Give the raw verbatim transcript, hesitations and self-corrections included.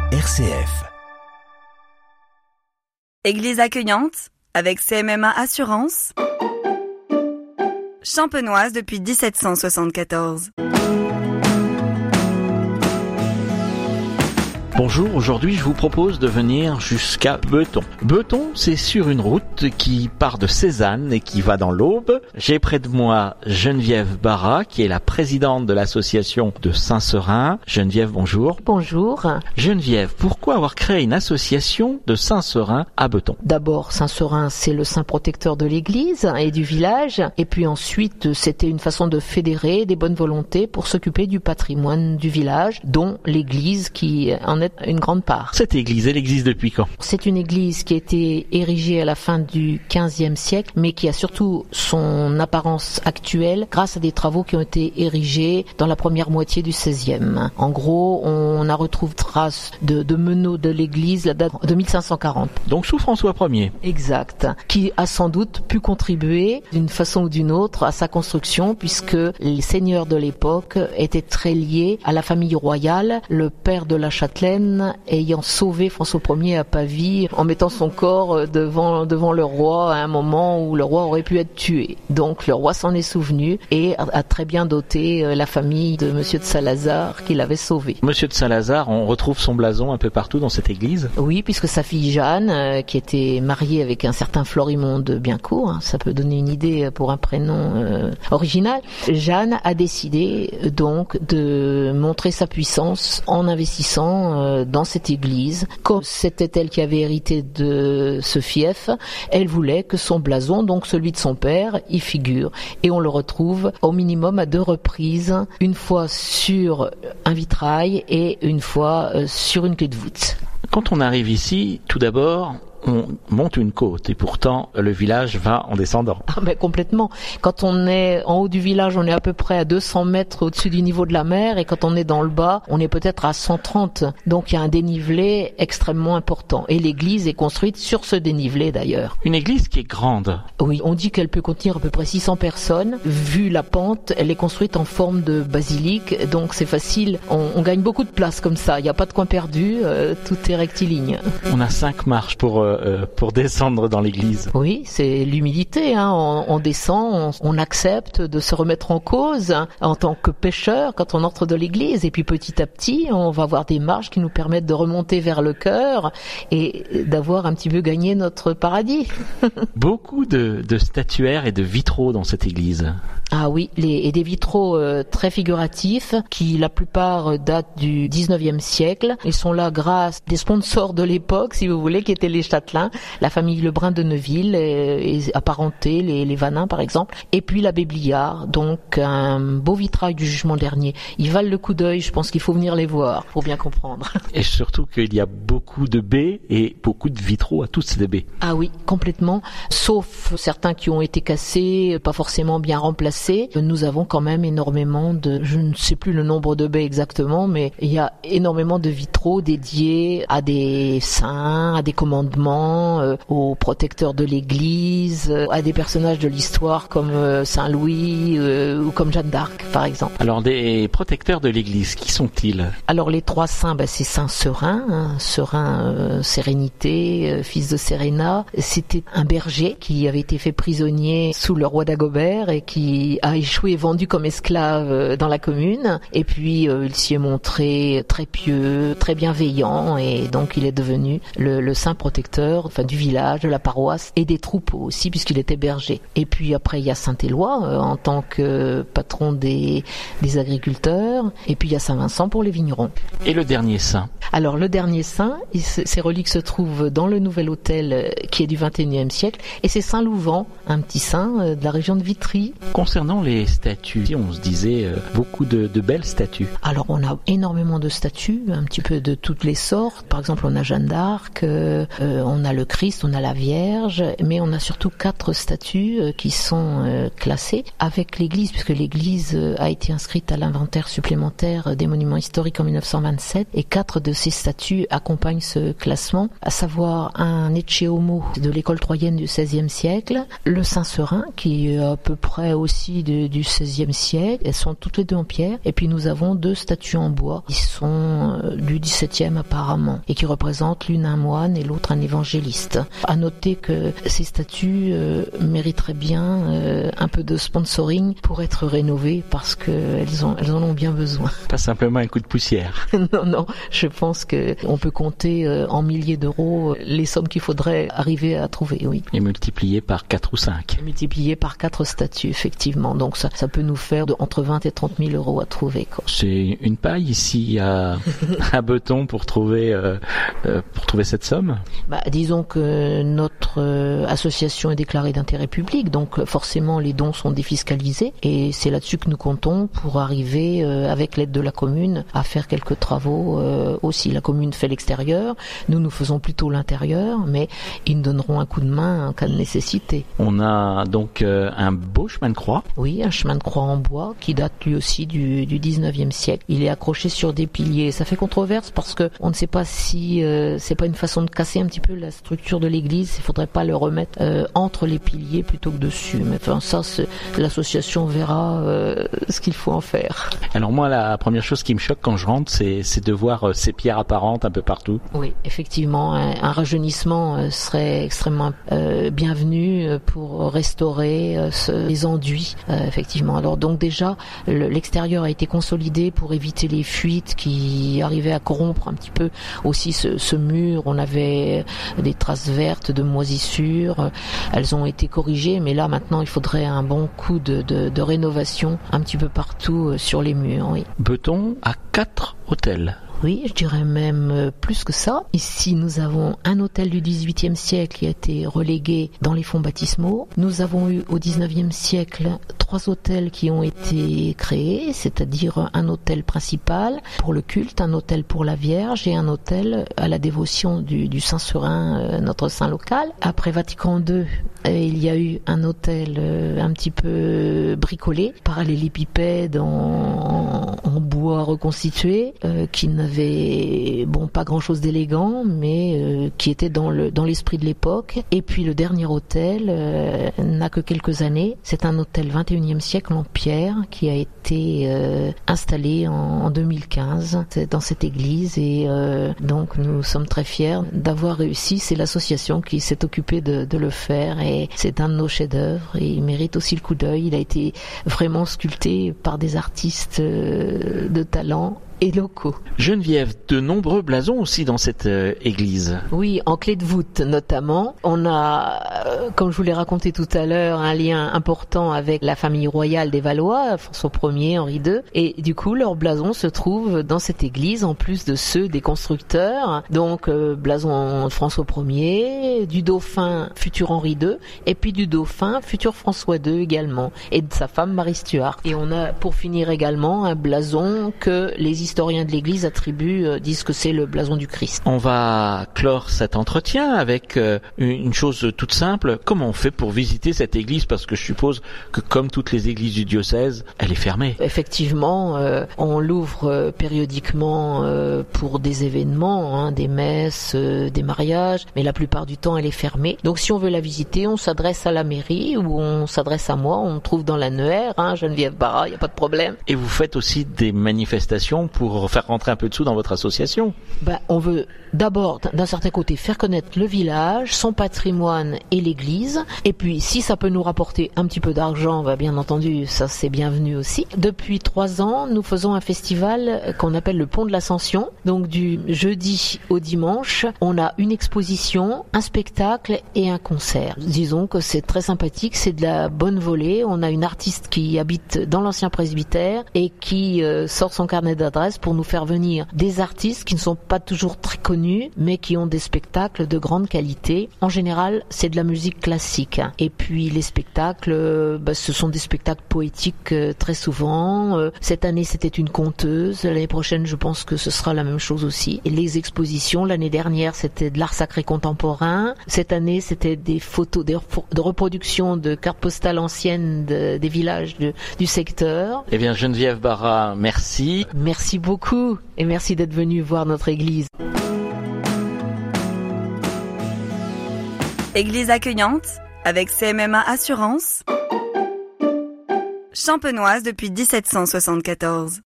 R C F. Église accueillante, avec C M M A Assurance, champenoise depuis dix-sept cent soixante-quatorze. Bonjour, aujourd'hui je vous propose de venir jusqu'à Beton. Beton, c'est sur une route qui part de Cézanne et qui va dans l'Aube. J'ai près de moi Geneviève Barra, qui est la présidente de l'association de Saint-Seurin. Geneviève, bonjour. Bonjour. Geneviève, pourquoi avoir créé une association de Saint-Seurin à Beton ? D'abord, Saint-Seurin, c'est le saint protecteur de l'église et du village. Et puis ensuite, c'était une façon de fédérer des bonnes volontés pour s'occuper du patrimoine du village, dont l'église qui en est une grande part. Cette église, elle existe depuis quand ? C'est une église qui a été érigée à la fin du quinzième siècle, mais qui a surtout son apparence actuelle grâce à des travaux qui ont été érigés dans la première moitié du seizième. En gros, on a retrouvé trace de, de meneaux de l'église, la date de mille cinq cent quarante. Donc sous François Ier. Exact. Qui a sans doute pu contribuer d'une façon ou d'une autre à sa construction, puisque les seigneurs de l'époque étaient très liés à la famille royale. Le père de la Châtelaine ayant sauvé François Ier à Pavie en mettant son corps devant, devant le roi à un moment où le roi aurait pu être tué. Donc le roi s'en est souvenu et a, a très bien doté la famille de Monsieur de Salazar qui l'avait sauvé. Monsieur de Salazar, on retrouve son blason un peu partout dans cette église ? Oui, puisque sa fille Jeanne, euh, qui était mariée avec un certain Florimond de Biencourt, hein, ça peut donner une idée pour un prénom euh, original, Jeanne a décidé euh, donc de montrer sa puissance en investissant euh, dans cette église. Comme c'était elle qui avait hérité de ce fief, elle voulait que son blason, donc celui de son père, y figure. Et on le retrouve au minimum à deux reprises, une fois sur un vitrail et une fois sur une clé de voûte. Quand on arrive ici, tout d'abord, on monte une côte et pourtant le village va en descendant. Ah mais complètement. Quand on est en haut du village, on est à peu près à deux cents mètres au-dessus du niveau de la mer, et quand on est dans le bas, on est peut-être à cent trente. Donc il y a un dénivelé extrêmement important. Et l'église est construite sur ce dénivelé d'ailleurs. Une église qui est grande. Oui, on dit qu'elle peut contenir à peu près six cents personnes. Vu la pente, elle est construite en forme de basilique, donc c'est facile. On, on gagne beaucoup de place comme ça. Il n'y a pas de coin perdu, euh, tout est rectiligne. On a cinq marches pour euh, pour descendre dans l'église. Oui, c'est l'humilité. Hein. On, on descend, on, on accepte de se remettre en cause hein, en tant que pécheur quand on entre de l'église. Et puis petit à petit, on va avoir des marches qui nous permettent de remonter vers le cœur et d'avoir un petit peu gagné notre paradis. Beaucoup de, de statuaires et de vitraux dans cette église. Ah oui, les, et des vitraux euh, très figuratifs qui la plupart datent du dix-neuvième siècle. Ils sont là grâce des sponsors de l'époque, si vous voulez, qui étaient les Châtelains, la famille Lebrun de Neuville, et, et apparentés, les, les Vanins par exemple, et puis l'abbé Bliard, donc un beau vitrail du jugement dernier. Ils valent le coup d'œil, je pense qu'il faut venir les voir pour bien comprendre. Et surtout qu'il y a beaucoup de baies et beaucoup de vitraux à toutes ces baies. Ah oui, complètement, sauf certains qui ont été cassés, pas forcément bien remplacés. Nous avons quand même énormément de, je ne sais plus le nombre de baies exactement, mais il y a énormément de vitraux dédiés à des saints, à des commandements, euh, aux protecteurs de l'église, euh, à des personnages de l'histoire comme euh, Saint Louis euh, ou comme Jeanne d'Arc par exemple. Alors des protecteurs de l'église, qui sont-ils ? Alors les trois saints, bah, c'est Saint Seurin, hein, Seurin euh, Sérénité, euh, fils de Séréna. C'était un berger qui avait été fait prisonnier sous le roi Dagobert et qui a échoué, vendu comme esclave dans la commune, et puis euh, il s'y est montré très pieux, très bienveillant, et donc il est devenu le, le saint protecteur, enfin du village, de la paroisse et des troupeaux aussi, puisqu'il était berger. Et puis après il y a Saint Éloi euh, en tant que patron des, des agriculteurs, et puis il y a Saint Vincent pour les vignerons. Et le dernier saint ? Alors le dernier saint, il, ses reliques se trouvent dans le nouvel hôtel euh, qui est du vingt et unième siècle, et c'est Saint Louvent, un petit saint euh, de la région de Vitry. Concernant les statues, on se disait euh, beaucoup de, de belles statues. Alors on a énormément de statues, un petit peu de toutes les sortes. Par exemple, on a Jeanne d'Arc, euh, euh, on a le Christ, on a la Vierge, mais on a surtout quatre statues euh, qui sont euh, classées avec l'église, puisque l'église euh, a été inscrite à l'inventaire supplémentaire des monuments historiques en mille neuf cent vingt-sept, et quatre de ces statues accompagnent ce classement, à savoir un Ecce Homo de l'école troyenne du seizième siècle, le Saint-Serin qui est à peu près aussi de, du seizième siècle, elles sont toutes les deux en pierre, et puis nous avons deux statues en bois qui sont euh, du dix-septième apparemment, et qui représentent l'une un moine et l'autre un évangéliste. À noter que ces statues euh, mériteraient bien euh, un peu de sponsoring pour être rénovées, parce qu'elles ont, elles en ont bien besoin. Pas simplement un coup de poussière. Non, non, je pense qu'on peut compter euh, en milliers d'euros les sommes qu'il faudrait arriver à trouver, oui. Et multiplier par quatre ou cinq. Multiplier par quatre statues, effectivement. Donc ça, ça peut nous faire de, entre vingt et trente mille euros à trouver, quoi. C'est une paille ici à, à Beton pour trouver, euh, euh, pour trouver cette somme? Bah, disons que notre euh, association est déclarée d'intérêt public, donc forcément les dons sont défiscalisés, et c'est là-dessus que nous comptons pour arriver, euh, avec l'aide de la commune, à faire quelques travaux euh, aussi. La commune fait l'extérieur, nous nous faisons plutôt l'intérieur, mais ils nous donneront un coup de main en cas de nécessité. On a donc euh, un beau chemin de croix. Oui, un chemin de croix en bois qui date lui aussi du, du dix-neuvième siècle. Il est accroché sur des piliers. Ça fait controverse parce que on ne sait pas si euh, c'est pas une façon de casser un petit peu la structure de l'église. Il faudrait pas le remettre euh, entre les piliers plutôt que dessus. Mais enfin ça, c'est, l'association verra euh, ce qu'il faut en faire. Alors moi, la première chose qui me choque quand je rentre, c'est, c'est de voir euh, ces pierres apparentes un peu partout. Oui, effectivement, un, un rajeunissement euh, serait extrêmement euh, bienvenu pour restaurer euh, ce, les enduits. Euh, effectivement. Alors donc déjà, le, l'extérieur a été consolidé pour éviter les fuites qui arrivaient à corrompre un petit peu aussi ce, ce mur. On avait des traces vertes de moisissure. Elles ont été corrigées, mais là maintenant il faudrait un bon coup de, de, de rénovation un petit peu partout sur les murs. Oui. Beton a quatre hôtels. Oui, je dirais même plus que ça. Ici, nous avons un hôtel du dix-huitième siècle qui a été relégué dans les fonds baptismaux. Nous avons eu au dix-neuvième siècle trois hôtels qui ont été créés, c'est-à-dire un hôtel principal pour le culte, un hôtel pour la Vierge et un hôtel à la dévotion du, du Saint-Serin, notre saint local. Après Vatican deux, il y a eu un hôtel un petit peu bricolé, parallélépipède en, en bois reconstitué, euh, qui n'a avait bon pas grand chose d'élégant, mais euh, qui était dans le dans l'esprit de l'époque. Et puis le dernier hôtel euh, n'a que quelques années. C'est un hôtel vingt et unième siècle en pierre qui a été euh, installé en, en deux mille quinze dans cette église, et euh, donc nous sommes très fiers d'avoir réussi. C'est l'association qui s'est occupée de, de le faire, et c'est un de nos chefs-d'œuvre. Et il mérite aussi le coup d'œil. Il a été vraiment sculpté par des artistes euh, de talent et locaux. Geneviève, de nombreux blasons aussi dans cette euh, église. Oui, en clé de voûte notamment. On a, euh, comme je vous l'ai raconté tout à l'heure, un lien important avec la famille royale des Valois, François Ier, Henri deux, et du coup leur blason se trouve dans cette église en plus de ceux des constructeurs. Donc euh, blason François Ier, du dauphin futur Henri deux, et puis du dauphin futur François deux également, et de sa femme Marie Stuart. Et on a pour finir également un blason que les historiens de l'Église attribuent, euh, disent que c'est le blason du Christ. On va clore cet entretien avec euh, une chose toute simple. Comment on fait pour visiter cette église? Parce que je suppose que comme toutes les églises du diocèse, elle est fermée. Effectivement, euh, on l'ouvre euh, périodiquement euh, pour des événements, hein, des messes, euh, des mariages, mais la plupart du temps elle est fermée. Donc si on veut la visiter, on s'adresse à la mairie ou on s'adresse à moi. On me trouve dans l'annuaire, hein, Geneviève Barra, il n'y a pas de problème. Et vous faites aussi des manifestations pour faire rentrer un peu de sous dans votre association? Ben, on veut d'abord, d'un certain côté, faire connaître le village, son patrimoine et l'église. Et puis, si ça peut nous rapporter un petit peu d'argent, ben, bien entendu, ça c'est bienvenu aussi. Depuis trois ans, nous faisons un festival qu'on appelle le Pont de l'Ascension. Donc, du jeudi au dimanche, on a une exposition, un spectacle et un concert. Disons que c'est très sympathique, c'est de la bonne volée. On a une artiste qui habite dans l'ancien presbytère et qui euh, sort son carnet d'adresses s'intéresse pour nous faire venir des artistes qui ne sont pas toujours très connus, mais qui ont des spectacles de grande qualité. En général, c'est de la musique classique. Et puis les spectacles, bah, ce sont des spectacles poétiques euh, très souvent. Euh, cette année, c'était une conteuse. L'année prochaine, je pense que ce sera la même chose aussi. Et les expositions, l'année dernière, c'était de l'art sacré contemporain. Cette année, c'était des photos, des de reproductions de cartes postales anciennes de, des villages de, du secteur. Eh bien, Geneviève Barra, merci. Merci beaucoup et merci d'être venu voir notre église. Église accueillante avec C M M A Assurance. Champenoise depuis dix-sept cent soixante-quatorze.